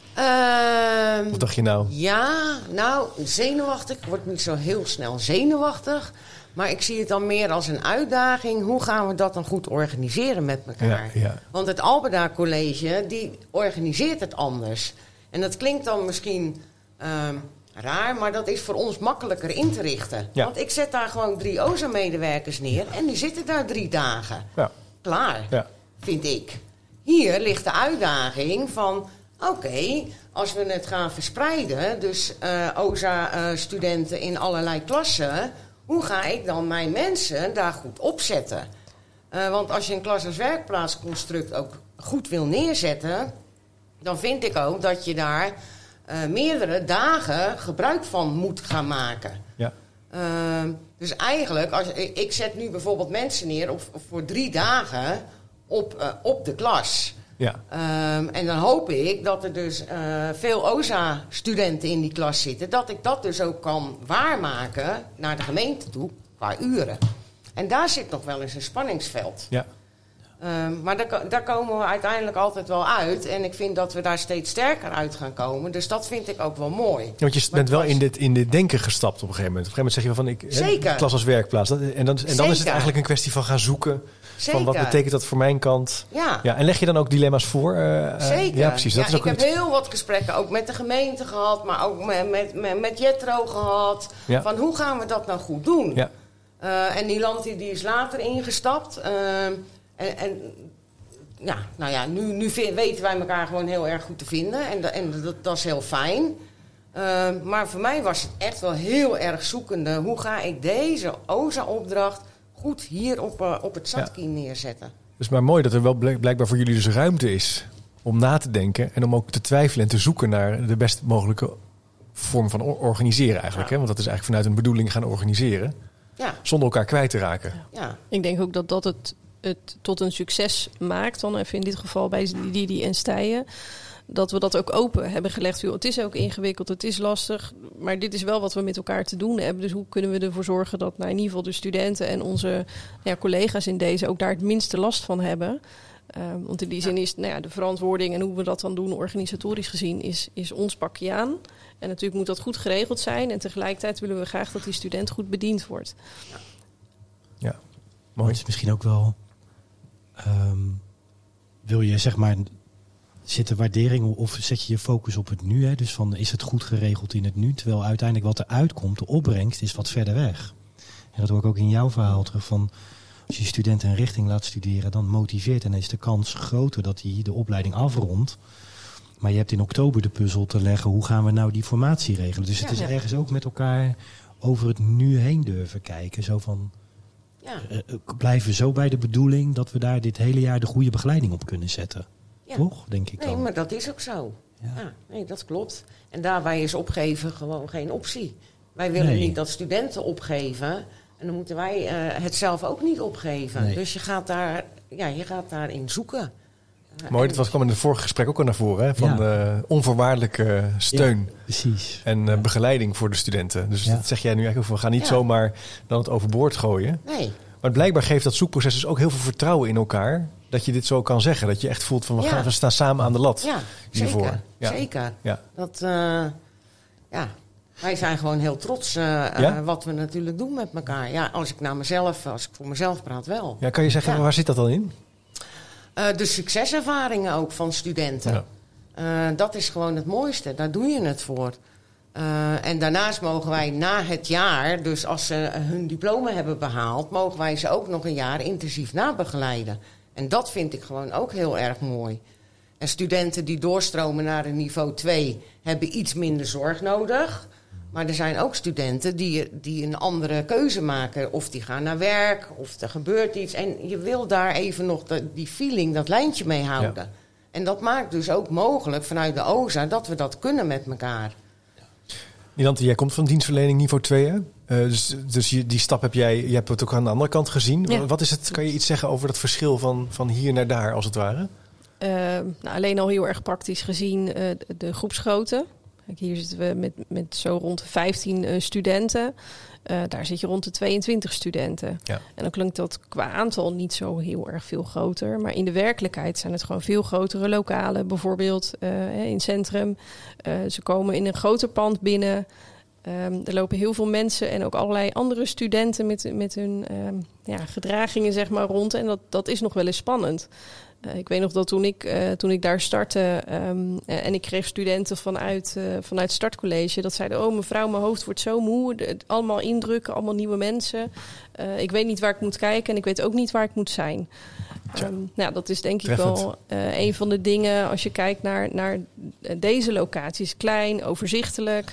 Ehm, Wat dacht je nou? Ja, nou, zenuwachtig. Ik word niet zo heel snel zenuwachtig. Maar ik zie het dan meer als een uitdaging. Hoe gaan we dat dan goed organiseren met elkaar? Ja, ja. Want het Alberda College, die organiseert het anders. En dat klinkt dan misschien ehm, raar, maar dat is voor ons makkelijker in te richten. Ja. Want ik zet daar gewoon drie O Z A-medewerkers neer en die zitten daar drie dagen. Ja. Klaar, Ja. vind ik. Hier ligt de uitdaging van, oké, als we het gaan verspreiden, dus eh O Z A-studenten in allerlei klassen, hoe ga ik dan mijn mensen daar goed opzetten? Uh, want als je een klas als werkplaatsconstruct ook goed wil neerzetten, dan vind ik ook dat je daar uh, meerdere dagen gebruik van moet gaan maken. Ja. Uh, dus eigenlijk, als, ik zet nu bijvoorbeeld mensen neer op, voor drie dagen op, uh, op de klas. Ja. Um, en dan hoop ik dat er dus uh, veel O Z A-studenten in die klas zitten. Dat ik dat dus ook kan waarmaken naar de gemeente toe qua uren. En daar zit nog wel eens een spanningsveld. Ja. Um, maar daar, daar komen we uiteindelijk altijd wel uit. En ik vind dat we daar steeds sterker uit gaan komen. Dus dat vind ik ook wel mooi. Ja, want je Maar bent wel het was- in dit, in dit denken gestapt op een gegeven moment. Op een gegeven moment zeg je van, ik, hè, Zeker. klas als werkplaats. Dat, en dan, en dan is het Zeker. eigenlijk een kwestie van gaan zoeken. Zeker. Van wat betekent dat voor mijn kant? Ja. Ja, en leg je dan ook dilemma's voor? eh, eh, Zeker. Ja, precies. Dat Ja, is ook ik heb het- heel wat gesprekken ook met de gemeente gehad, maar ook met, met, met, met Jetro gehad. Ja. Van hoe gaan we dat nou goed doen? Ja. Uh, en die Lanti die is later ingestapt. Uh, en, en ja, nou ja, nu, nu vind- weten wij elkaar gewoon heel erg goed te vinden. En, da- en dat, dat is heel fijn. Uh, maar voor mij was het echt wel heel erg zoekende. Hoe ga ik deze O Z A-opdracht goed hier op, uh, op het Zatki neerzetten? Dus maar mooi dat er wel blijk- blijkbaar voor jullie dus ruimte is om na te denken en om ook te twijfelen en te zoeken naar de best mogelijke vorm van or- organiseren eigenlijk. Ja. Hè? Want dat is eigenlijk vanuit een bedoeling gaan organiseren, Ja, zonder elkaar kwijt te raken. ja. Ik denk ook dat dat het, het tot een succes maakt. Dan even in dit geval bij Didi en Stijen. Dat we dat ook open hebben gelegd. Joh, het is ook ingewikkeld, het is lastig. Maar dit is wel wat we met elkaar te doen hebben. Dus hoe kunnen we ervoor zorgen dat nou, in ieder geval de studenten en onze ja, collega's in deze ook daar het minste last van hebben. Uh, want in die zin is nou ja, de verantwoording en hoe we dat dan doen, organisatorisch gezien, is, is ons pakje aan. En natuurlijk moet dat goed geregeld zijn. En tegelijkertijd willen we graag dat die student goed bediend wordt. Ja, Maar mooi. het is misschien ook wel... Um, wil je zeg maar... Zit er waardering of zet je je focus op het nu? Hè? Dus van, is het goed geregeld in het nu? Terwijl uiteindelijk wat er uitkomt, de opbrengst, is wat verder weg. En dat hoor ik ook in jouw verhaal terug van... Als je studenten een richting laat studeren, dan motiveert en dan is de kans groter dat hij de opleiding afrondt. Maar je hebt in oktober de puzzel te leggen, hoe gaan we nou die formatie regelen? Dus het Ja, is ja. ergens ook met elkaar over het nu heen durven kijken. Zo van, Ja. uh, blijven we zo bij de bedoeling dat we daar dit hele jaar de goede begeleiding op kunnen zetten. Ja. Toch, denk ik Nee, dan. maar dat is ook zo. Ja. Ja, nee, dat klopt. En daarbij is opgeven gewoon geen optie. Wij willen Nee. niet dat studenten opgeven. En dan moeten wij uh, het zelf ook niet opgeven. Nee. Dus je gaat, daar, ja, je gaat daarin zoeken. Uh, Mooi, en- dat was, kwam in het vorige gesprek ook al naar voren. Hè? Van Ja. eh, onvoorwaardelijke steun Ja, precies. en eh, Ja. begeleiding voor de studenten. Dus Ja. dat zeg jij nu eigenlijk ook van, ga niet Ja. zomaar dan het overboord gooien. Nee, Maar blijkbaar geeft dat zoekproces dus ook heel veel vertrouwen in elkaar. Dat je dit zo kan zeggen. Dat je echt voelt van, we, Ja. gaan, we staan samen aan de lat. ja, hiervoor. zeker. Ja. Zeker. Ja. Dat, uh, ja, wij zijn gewoon heel trots uh, Ja? uh, wat we natuurlijk doen met elkaar. Ja, als ik naar mezelf, als ik voor mezelf praat wel. Ja, kan je zeggen, Ja. waar zit dat dan in? Uh, de succeservaringen ook van studenten. Ja. Uh, dat is gewoon het mooiste. Daar doe je het voor. Uh, en daarnaast mogen wij na het jaar, dus als ze hun diploma hebben behaald, mogen wij ze ook nog een jaar intensief nabegeleiden. En dat vind ik gewoon ook heel erg mooi. En studenten die doorstromen naar een niveau twee hebben iets minder zorg nodig. Maar er zijn ook studenten die, die een andere keuze maken. Of die gaan naar werk, of er gebeurt iets. En je wil daar even nog de, die feeling, dat lijntje mee houden. Ja. En dat maakt dus ook mogelijk vanuit de O Z A dat we dat kunnen met elkaar. Nilante, jij komt van dienstverlening niveau twee, hè? Uh, dus dus je, die stap heb jij, je hebt het ook aan de andere kant gezien. Ja. Wat is het? Kan je iets zeggen over dat verschil van, van hier naar daar, als het ware? Uh, nou, alleen al heel erg praktisch gezien uh, de, de groepsgrootte. Kijk, hier zitten we met, met zo rond de vijftien uh, studenten. Uh, daar zit je rond de tweeëntwintig studenten. Ja. En dan klinkt dat qua aantal niet zo heel erg veel groter. Maar in de werkelijkheid zijn het gewoon veel grotere lokalen. Bijvoorbeeld uh, in het centrum. Uh, ze komen in een groter pand binnen. Um, er lopen heel veel mensen en ook allerlei andere studenten met, met hun um, ja, gedragingen zeg maar, rond. En dat, dat is nog wel eens spannend. Uh, ik weet nog dat toen ik, uh, toen ik daar startte um, en ik kreeg studenten vanuit, uh, vanuit startcollege. Dat zeiden, oh mevrouw, mijn hoofd wordt zo moe. De, allemaal indrukken, allemaal nieuwe mensen. Uh, ik weet niet waar ik moet kijken en ik weet ook niet waar ik moet zijn. Um, nou, dat is denk ik wel uh, een van de dingen als je kijkt naar, naar deze locaties. Klein, overzichtelijk.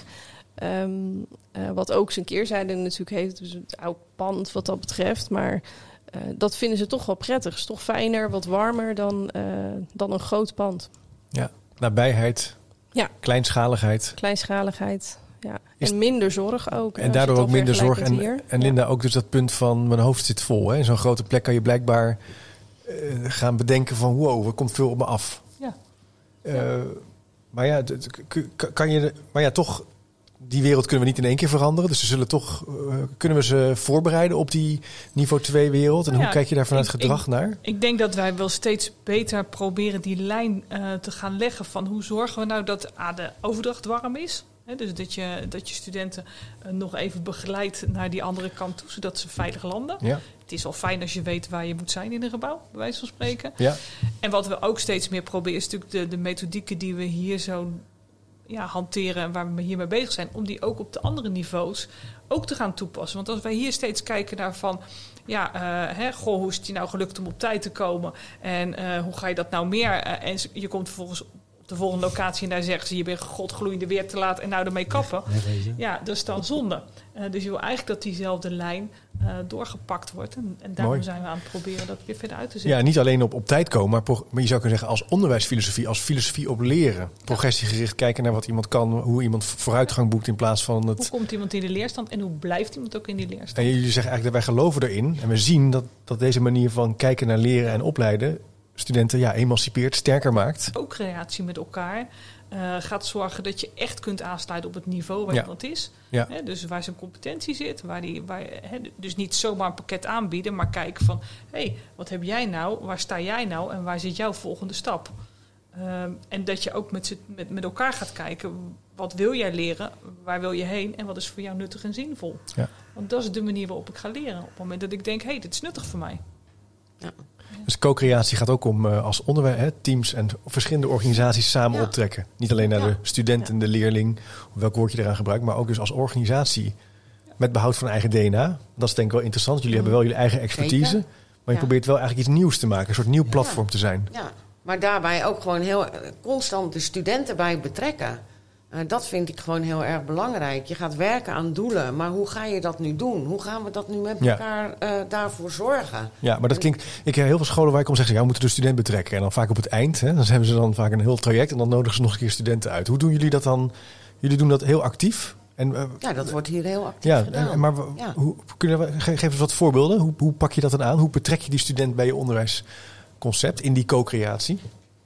Um, uh, wat ook zijn keerzijde natuurlijk heeft. Dus het oud pand wat dat betreft. Maar uh, dat vinden ze toch wel prettig. Het is toch fijner, wat warmer dan, uh, dan een groot pand. Ja, nabijheid, ja. Kleinschaligheid. Kleinschaligheid, ja. Is en minder zorg ook. En daardoor ook minder zorg. En, en Linda, ja. ook dus dat punt van mijn hoofd zit vol. Hè? In zo'n grote plek kan je blijkbaar uh, gaan bedenken van wow, er komt veel op me af. Ja. Uh, ja. Maar ja, d- d- kan je, maar ja, toch... Die wereld kunnen we niet in één keer veranderen. Dus we zullen toch, uh, kunnen we ze voorbereiden op die niveau twee wereld? En nou ja, hoe kijk je daar vanuit ik, gedrag ik, naar? Ik denk dat wij wel steeds beter proberen die lijn uh, te gaan leggen van hoe zorgen we nou dat ah, de overdracht warm is. He, dus dat je, dat je studenten uh, nog even begeleidt naar die andere kant toe, zodat ze veilig landen. Ja. Het is al fijn als je weet waar je moet zijn in een gebouw, bij wijze van spreken. Ja. En wat we ook steeds meer proberen is natuurlijk de, de methodieken die we hier zo... Ja, hanteren en waar we hiermee bezig zijn, om die ook op de andere niveaus ook te gaan toepassen. Want als wij hier steeds kijken naar van, ja, uh, hè, goh, hoe is het je nou gelukt om op tijd te komen? En uh, hoe ga je dat nou meer? Uh, en je komt vervolgens op de volgende locatie en daar zeggen ze, je bent godgloeiende weer te laat en nou ermee kappen. Ja, dat is dan zonde. Uh, dus je wil eigenlijk dat diezelfde lijn uh, doorgepakt wordt. En, en daarom Mooi. zijn we aan het proberen dat weer verder uit te zetten. Ja, niet alleen op, op tijd komen, maar, pro- maar je zou kunnen zeggen als onderwijsfilosofie, als filosofie op leren. Progressiegericht kijken naar wat iemand kan, hoe iemand vooruitgang boekt in plaats van het... Hoe komt iemand in de leerstand en hoe blijft iemand ook in die leerstand? En jullie zeggen eigenlijk dat wij geloven erin en we zien dat, dat deze manier van kijken naar leren en opleiden studenten ja, emancipeert, sterker maakt. Ook creatie met elkaar. Uh, gaat zorgen dat je echt kunt aansluiten op het niveau waar ja. iemand is. Ja. He, dus waar zijn competentie zit. Waar die, waar, he, dus niet zomaar een pakket aanbieden, maar kijken van... hé, hey, wat heb jij nou? Waar sta jij nou? En waar zit jouw volgende stap? Uh, en dat je ook met, met, met elkaar gaat kijken... wat wil jij leren? Waar wil je heen? En wat is voor jou nuttig en zinvol? Ja. Want dat is de manier waarop ik ga leren. Op het moment dat ik denk, hé, hey, dit is nuttig voor mij. Ja. Dus co-creatie gaat ook om uh, als onderwijs, hè, teams en verschillende organisaties samen ja. optrekken. Niet alleen naar ja. de student en de leerling, of welk woord je eraan gebruikt, maar ook dus als organisatie met behoud van eigen D N A. Dat is denk ik wel interessant. Jullie mm. hebben wel jullie eigen expertise, Zeker. maar je ja. probeert wel eigenlijk iets nieuws te maken, een soort nieuw platform ja. te zijn. Ja, maar daarbij ook gewoon heel constant de studenten bij betrekken. Uh, dat vind ik gewoon heel erg belangrijk. Je gaat werken aan doelen, maar hoe ga je dat nu doen? Hoe gaan we dat nu met elkaar ja. uh, daarvoor zorgen? Ja, maar dat klinkt... Ik heb heel veel scholen waar ik om zeg, ja, we moeten de student betrekken. En dan vaak op het eind, hè, dan hebben ze dan vaak een heel traject en dan nodigen ze nog een keer studenten uit. Hoe doen jullie dat dan? Jullie doen dat heel actief? En, uh, ja, dat wordt hier heel actief ja, gedaan. En, maar ja. hoe, kunnen we, ge, geef eens wat voorbeelden. Hoe, hoe pak je dat dan aan? Hoe betrek je die student bij je onderwijsconcept in die co-creatie?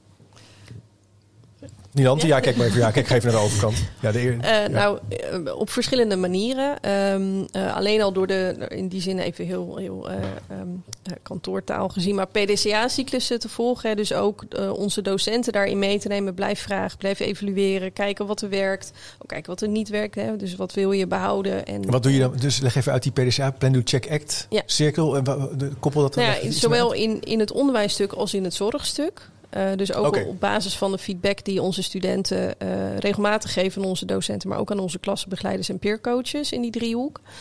Nilante, ja. ja, kijk maar even. Ja, kijk even naar de overkant. Ja, de eer, uh, ja. Nou, uh, op verschillende manieren. Um, uh, alleen al door de, in die zin even heel, heel uh, um, kantoortaal gezien, maar P D C A-cyclussen te volgen. Hè. Dus ook uh, onze docenten daarin mee te nemen. Blijf vragen, blijf evalueren, kijken wat er werkt. Ook kijken wat er niet werkt. Hè. Dus wat wil je behouden. En wat doe je dan? Dus leg even uit die P D C A, Plan, Do, Check, Act, ja. cirkel. En koppel dat dan nou ja, zowel in, in het onderwijsstuk als in het zorgstuk. Uh, dus ook okay. op basis van de feedback die onze studenten uh, regelmatig geven aan onze docenten, maar ook aan onze klassenbegeleiders en peercoaches in die driehoek.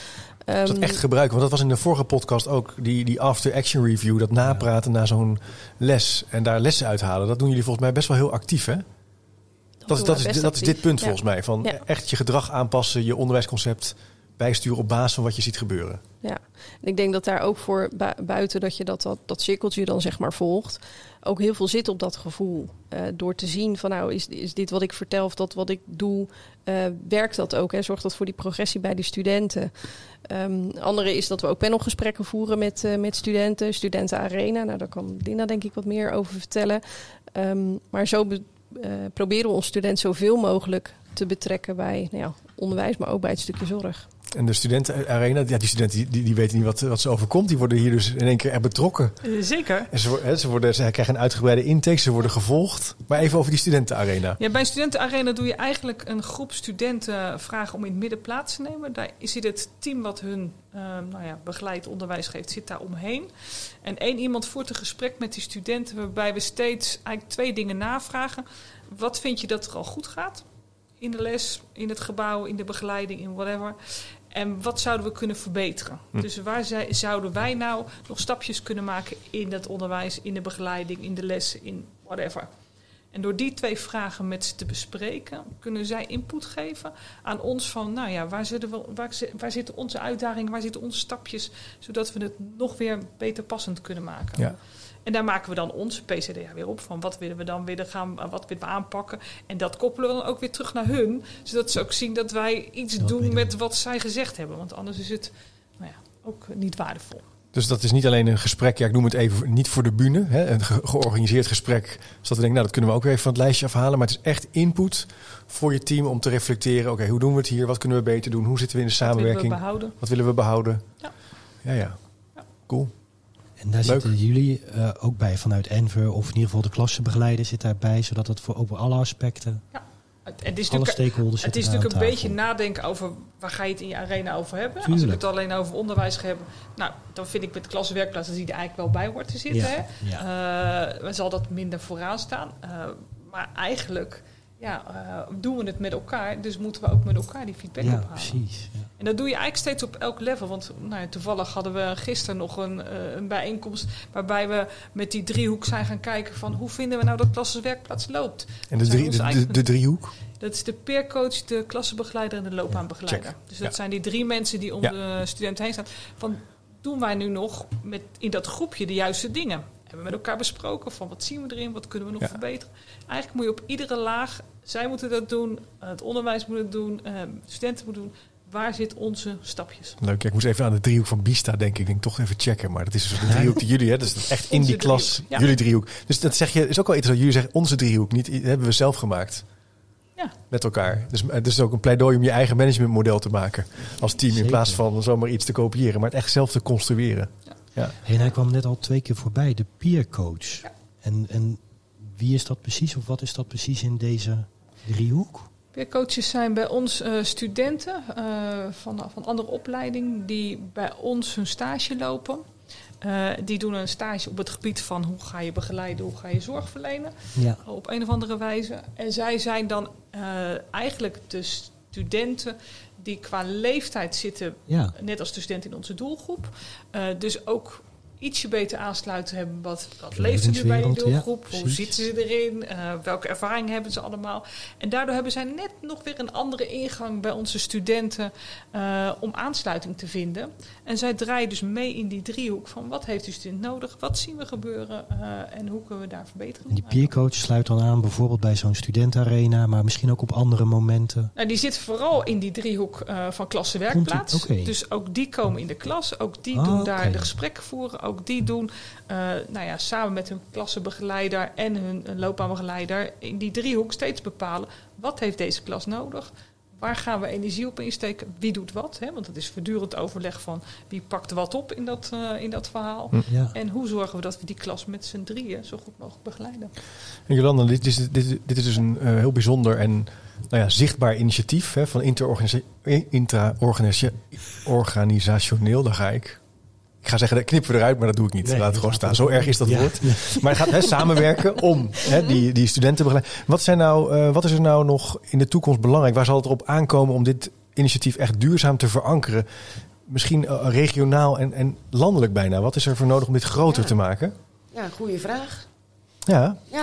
Is dat echt gebruiken? Want dat was in de vorige podcast ook, die, die after-action review, dat napraten ja. na zo'n les en daar lessen uithalen. Dat doen jullie volgens mij best wel heel actief, hè? Dat, dat, dat, is, dat is dit punt ja. volgens mij. Van ja. echt je gedrag aanpassen, je onderwijsconcept bijsturen op basis van wat je ziet gebeuren. Ja, en ik denk dat daar ook voor bu- buiten dat je dat, dat, dat cirkeltje dan zeg maar volgt, ook heel veel zit op dat gevoel. Uh, door te zien van nou, is, is dit wat ik vertel of dat wat ik doe, uh, werkt dat ook? Hè? Zorgt dat voor die progressie bij die studenten? Um, andere is dat we ook panelgesprekken voeren met, uh, met studenten, studentenarena. Nou, daar kan Linda denk ik wat meer over vertellen. Um, maar zo be- uh, proberen we ons student zoveel mogelijk te betrekken bij nou ja, onderwijs, maar ook bij het stukje zorg. En de studentenarena, ja, die studenten die, die weten niet wat, wat ze overkomt. Die worden hier dus in één keer er betrokken. Uh, zeker. En ze, he, ze, worden, ze krijgen een uitgebreide intake, ze worden gevolgd. Maar even over die studentenarena. Ja, bij een studentenarena doe je eigenlijk een groep studenten vragen om in het midden plaats te nemen. Daar zit het team wat hun uh, nou ja, begeleid onderwijs geeft, zit daar omheen. En één iemand voert een gesprek met die studenten waarbij we steeds eigenlijk twee dingen navragen. Wat vind je dat er al goed gaat? In de les, in het gebouw, in de begeleiding, in whatever. En wat zouden we kunnen verbeteren? Hm. Dus waar zij, zouden wij nou nog stapjes kunnen maken in het onderwijs, in de begeleiding, in de lessen, in whatever. En door die twee vragen met ze te bespreken, kunnen zij input geven aan ons van, nou ja, waar zitten, we, waar, waar zitten onze uitdagingen, waar zitten onze stapjes, zodat we het nog weer beter passend kunnen maken. Ja. En daar maken we dan onze P C D A weer op. Van wat willen we dan willen gaan, wat willen we aanpakken. En dat koppelen we dan ook weer terug naar hun. Zodat ze ook zien dat wij iets dat doen met wat zij gezegd hebben. Want anders is het nou ja, ook niet waardevol. Dus dat is niet alleen een gesprek, ja, ik noem het even niet voor de bühne. Hè, een ge- georganiseerd gesprek. Zodat we denken, nou dat kunnen we ook weer even van het lijstje afhalen. Maar het is echt input voor je team om te reflecteren. Oké, okay, hoe doen we het hier? Wat kunnen we beter doen? Hoe zitten we in de samenwerking? Wat willen we behouden? Wat willen we behouden? Ja, ja. ja. ja. Cool. En daar Leuk. zitten jullie uh, ook bij vanuit Enver, of in ieder geval de klassenbegeleider zit daarbij, zodat het voor over alle aspecten, ja. Het, het is alle stakeholders Het is natuurlijk een beetje nadenken over waar ga je het in je arena over hebben. Tuurlijk. Als ik het alleen over onderwijs ga hebben, nou, dan vind ik met de klassenwerkplaats dat die er eigenlijk wel bij hoort te zitten. Ja. Hè? Ja. Uh, zal dat minder vooraan staan. Uh, maar eigenlijk ja, uh, doen we het met elkaar, dus moeten we ook met elkaar die feedback ja, ophalen. Precies, ja. En dat doe je eigenlijk steeds op elk level. Want nou ja, toevallig hadden we gisteren nog een, uh, een bijeenkomst waarbij we met die driehoek zijn gaan kijken van hoe vinden we nou dat klassenwerkplaats loopt. En de, drie, de, de, de driehoek? Dat is de peercoach, de klassenbegeleider en de loopbaanbegeleider. Check. Dus dat ja. zijn die drie mensen die om ja. de studenten heen staan. Van, doen wij nu nog met in dat groepje de juiste dingen? Hebben we met elkaar besproken van wat zien we erin, wat kunnen we nog ja. verbeteren? Eigenlijk moet je op iedere laag, zij moeten dat doen, het onderwijs moet het doen, uh, studenten moeten doen. Waar zitten onze stapjes? Leuk, ja, ik moest even aan de driehoek van Bista denken. Ik denk toch even checken, maar dat is dus de driehoek die jullie, hè? Dat is echt in onze die klas, driehoek, ja. jullie driehoek. Dus dat zeg je, is ook wel interessant. Jullie zeggen onze driehoek, niet dat hebben we zelf gemaakt. Ja. Met elkaar. Dus het is ook een pleidooi om je eigen managementmodel te maken als team. Zeker. In plaats van zomaar iets te kopiëren, maar het echt zelf te construeren. Ja. Ja. En hij kwam net al twee keer voorbij, de peercoach. Ja. En, en wie is dat precies, of wat is dat precies in deze driehoek? Peercoaches zijn bij ons uh, studenten uh, van, van andere opleiding die bij ons hun stage lopen. Uh, die doen een stage op het gebied van hoe ga je begeleiden, hoe ga je zorg verlenen. Ja. Op een of andere wijze. En zij zijn dan uh, eigenlijk de studenten die qua leeftijd zitten, ja. net als de studenten in onze doelgroep. Uh, dus ook ietsje beter aansluiten hebben. Wat, wat leeft er nu bij die doelgroep? Ja, hoe zitten ze erin? Uh, welke ervaring hebben ze allemaal? En daardoor hebben zij net nog weer een andere ingang bij onze studenten uh, om aansluiting te vinden. En zij draaien dus mee in die driehoek van wat heeft de student nodig? Wat zien we gebeuren? Uh, en hoe kunnen we daar verbeteren? En die peercoach sluit dan aan bijvoorbeeld bij zo'n studentenarena, maar misschien ook op andere momenten? Nou, die zit vooral in die driehoek uh, van klassenwerkplaats. Okay. Dus ook die komen in de klas. Ook die oh, doen daar okay. de gesprekken voeren. Ook die doen, uh, nou ja, samen met hun klassenbegeleider en hun, hun loopbaanbegeleider in die driehoek steeds bepalen wat heeft deze klas nodig. Waar gaan we energie op insteken? Wie doet wat? Hè? Want het is voortdurend overleg van wie pakt wat op in dat, uh, in dat verhaal. Ja. En hoe zorgen we dat we die klas met z'n drieën zo goed mogelijk begeleiden. En Jolanda, dit is, dit, dit is dus een uh, heel bijzonder en nou ja, zichtbaar initiatief hè, van intra-organisationeel. Daar ga ik. Ik ga zeggen, dat knippen we eruit, maar dat doe ik niet. Nee, Laat het gewoon staan. Zo erg is dat ja. woord. Ja. Maar het gaat hè, samenwerken om hè, die, die studenten te begeleiden. Wat, zijn nou, uh, wat is er nou nog in de toekomst belangrijk? Waar zal het erop aankomen om dit initiatief echt duurzaam te verankeren? misschien uh, regionaal en, en landelijk bijna? Wat is er voor nodig om dit groter Ja. te maken? Ja, goede vraag. Ja, Ja.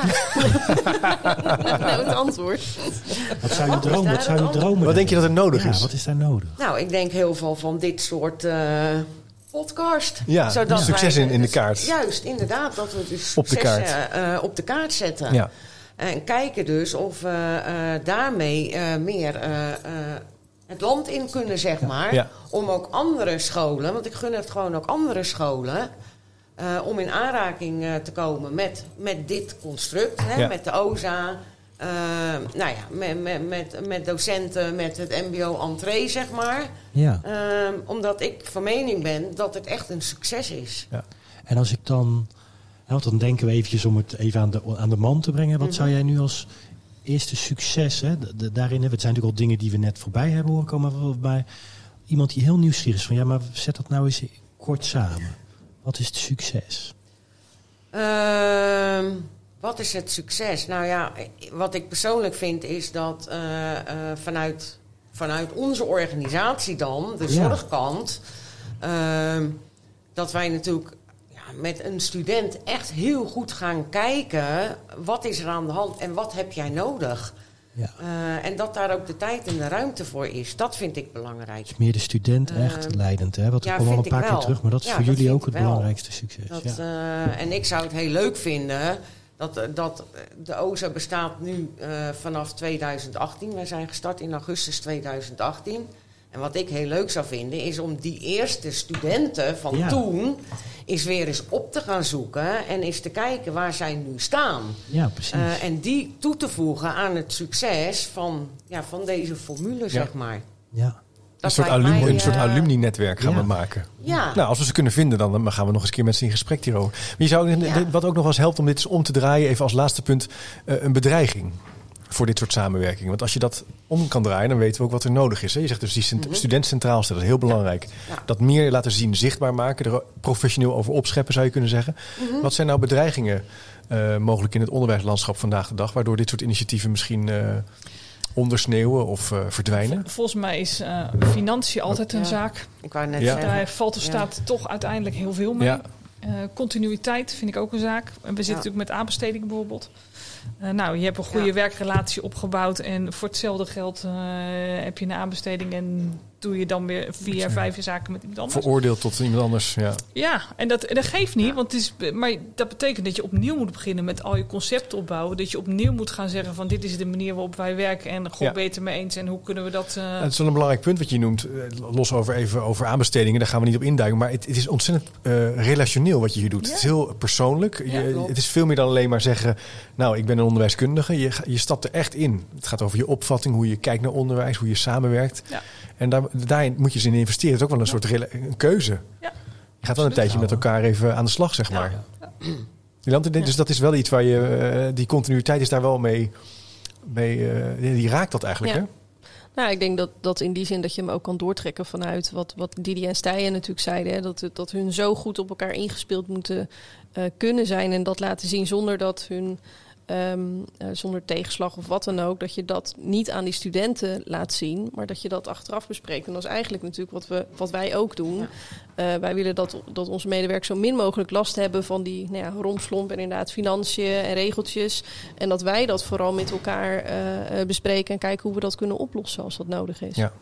Nou, het antwoord. Wat zou je Wat is dromen? daar Wat zou je het dromen? wat denk je dat er nodig ja, is? wat is daar nodig? Nou, ik denk heel veel van dit soort uh, podcast. Ja, succes wij- in, in de kaart. Juist, inderdaad. Dat we dus Op de kaart. successen, uh, op de kaart zetten. Ja. En kijken dus of we uh, daarmee uh, meer uh, uh, het land in kunnen, zeg maar. Ja. Om ook andere scholen, want ik gun het gewoon ook andere scholen... Uh, om in aanraking uh, te komen met, met dit construct, hè, Ja. met de O Z A... Uh, nou ja, met, met, met, met docenten, met het mbo-entree, zeg maar. Ja. Uh, omdat ik van mening ben dat het echt een succes is. En als ik dan... Want dan denken we eventjes om het even aan de, aan de man te brengen. Wat Mm-hmm. zou jij nu als eerste succes... Hè, de, de, daarin hebben, het zijn natuurlijk al dingen die we net voorbij hebben horen komen. Maar bij iemand die heel nieuwsgierig is van... Ja, maar zet dat nou eens kort samen. Wat is het succes? Uh, wat is het succes? Nou ja, wat ik persoonlijk vind is dat uh, uh, vanuit, vanuit onze organisatie dan, de Ja. zorgkant... Uh, dat wij natuurlijk ja, met een student echt heel goed gaan kijken... wat is er aan de hand en wat heb jij nodig? Ja. Uh, en dat daar ook de tijd en de ruimte voor is. Dat vind ik belangrijk. Is meer de student Uh, echt leidend, hè? Wat ja, we al een vind ik paar keer wel. terug. Maar dat is Ja, voor dat jullie vind ook ik het wel. belangrijkste succes. Dat, ja. uh, en ik zou het heel leuk vinden dat, dat de O Z A bestaat nu uh, vanaf tweeduizend achttien. Wij zijn gestart in augustus tweeduizend achttien. En wat ik heel leuk zou vinden is om die eerste studenten van Ja. toen... eens weer eens op te gaan zoeken en eens te kijken waar zij nu staan. ja, precies. Uh, en die toe te voegen aan het succes van, ja, van deze formule, zeg maar. ja. Een soort, lijkt alumni, mij, een soort uh, alumni-netwerk gaan ja. we maken. Ja. Nou, als we ze kunnen vinden, dan gaan we nog eens een keer met ze in gesprek hierover. Maar je zou, Ja. wat ook nog wel eens helpt om dit eens om te draaien, even als laatste punt, uh, een bedreiging voor dit soort samenwerking. Want als je dat om kan draaien, dan weten we ook wat er nodig is. Hè? Je zegt dus die cent- Mm-hmm. student centraal stellen, dat is heel belangrijk. Ja. Dat meer laten zien, zichtbaar maken, er professioneel over opscheppen, zou je kunnen zeggen. Mm-hmm. Wat zijn nou bedreigingen uh, mogelijk in het onderwijslandschap vandaag de dag, waardoor dit soort initiatieven misschien uh, ondersneeuwen of uh, verdwijnen? Vol- Volgens mij is uh, financiën altijd een Ja. zaak. Ik wou net Ja. zeggen. Daar valt of Ja. staat toch uiteindelijk heel veel mee. Ja. Uh, continuïteit vind ik ook een zaak. En we zitten Ja. natuurlijk met aanbestedingen bijvoorbeeld. Uh, nou, je hebt een goede Ja. werkrelatie opgebouwd en voor hetzelfde geld uh, heb je een aanbesteding en doe je dan weer vier jaar, vijf jaar zaken met iemand anders. Veroordeeld tot iemand anders, ja. Ja, en dat, dat geeft niet, Ja. want het is, maar dat betekent dat je opnieuw moet beginnen met al je concepten opbouwen. Dat je opnieuw moet gaan zeggen van dit is de manier waarop wij werken en goh, Ja. ben je het er mee eens en hoe kunnen we dat... Uh, Het is wel een belangrijk punt wat je noemt. eh, Los over even over aanbestedingen, daar gaan we niet op induiken. Maar het, het is ontzettend uh, relationeel wat je hier doet. Ja. Het is heel persoonlijk. Ja, je, klopt. het is veel meer dan alleen maar zeggen, nou, ik ben een onderwijskundige. Je, ga- je stapt er echt in. Het gaat over je opvatting, hoe je kijkt naar onderwijs, hoe je samenwerkt. Ja. En daar, daarin moet je ze in investeren. Het is ook wel een soort rela- een keuze. Ja. Je gaat wel een Absoluut. tijdje met elkaar even aan de slag, zeg maar. Ja. Jolante, Dus dat is wel iets waar je, uh, die continuïteit is daar wel mee, mee uh, die raakt dat eigenlijk, Ja. hè? Nou, ik denk dat, dat in die zin dat je hem ook kan doortrekken vanuit wat, wat Didi en Stijen natuurlijk zeiden. Hè, dat, dat hun zo goed op elkaar ingespeeld moeten uh, kunnen zijn en dat laten zien zonder dat hun... Um, uh, zonder tegenslag of wat dan ook, dat je dat niet aan die studenten laat zien, maar dat je dat achteraf bespreekt. En dat is eigenlijk natuurlijk wat, we, wat wij ook doen. Ja. Uh, wij willen dat, dat onze medewerkers zo min mogelijk last hebben van die nou ja, rompslomp en inderdaad financiën en regeltjes. En dat wij dat vooral met elkaar uh, bespreken en kijken hoe we dat kunnen oplossen als dat nodig is. Ja.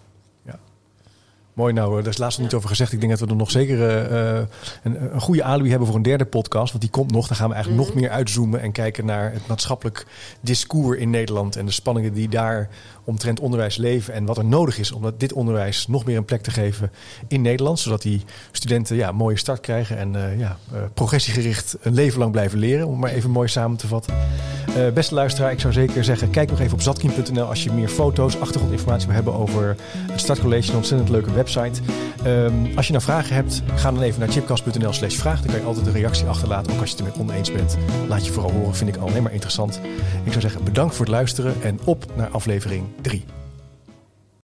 Mooi, nou, daar is laatst nog niet over gezegd. Ik denk dat we er nog zeker uh, een, een goede alibi hebben voor een derde podcast. Want die komt nog. Dan gaan we eigenlijk mm-hmm. nog meer uitzoomen en kijken naar het maatschappelijk discours in Nederland. En de spanningen die daar omtrent onderwijs leven. En wat er nodig is om dit onderwijs nog meer een plek te geven in Nederland. Zodat die studenten ja, een mooie start krijgen. En uh, ja, uh, progressiegericht een leven lang blijven leren. Om maar even mooi samen te vatten. Uh, beste luisteraar, ik zou zeker zeggen, kijk nog even op zatkin punt n l als je meer foto's, achtergrondinformatie wil hebben over het Startcollege. Een ontzettend leuke website. Um, als je nou vragen hebt, ga dan even naar chipcast punt n l slash vraag. Dan kan je altijd een reactie achterlaten. Ook als je het ermee oneens bent. Laat je vooral horen, vind ik alleen maar interessant. Ik zou zeggen, bedankt voor het luisteren en op naar aflevering drie.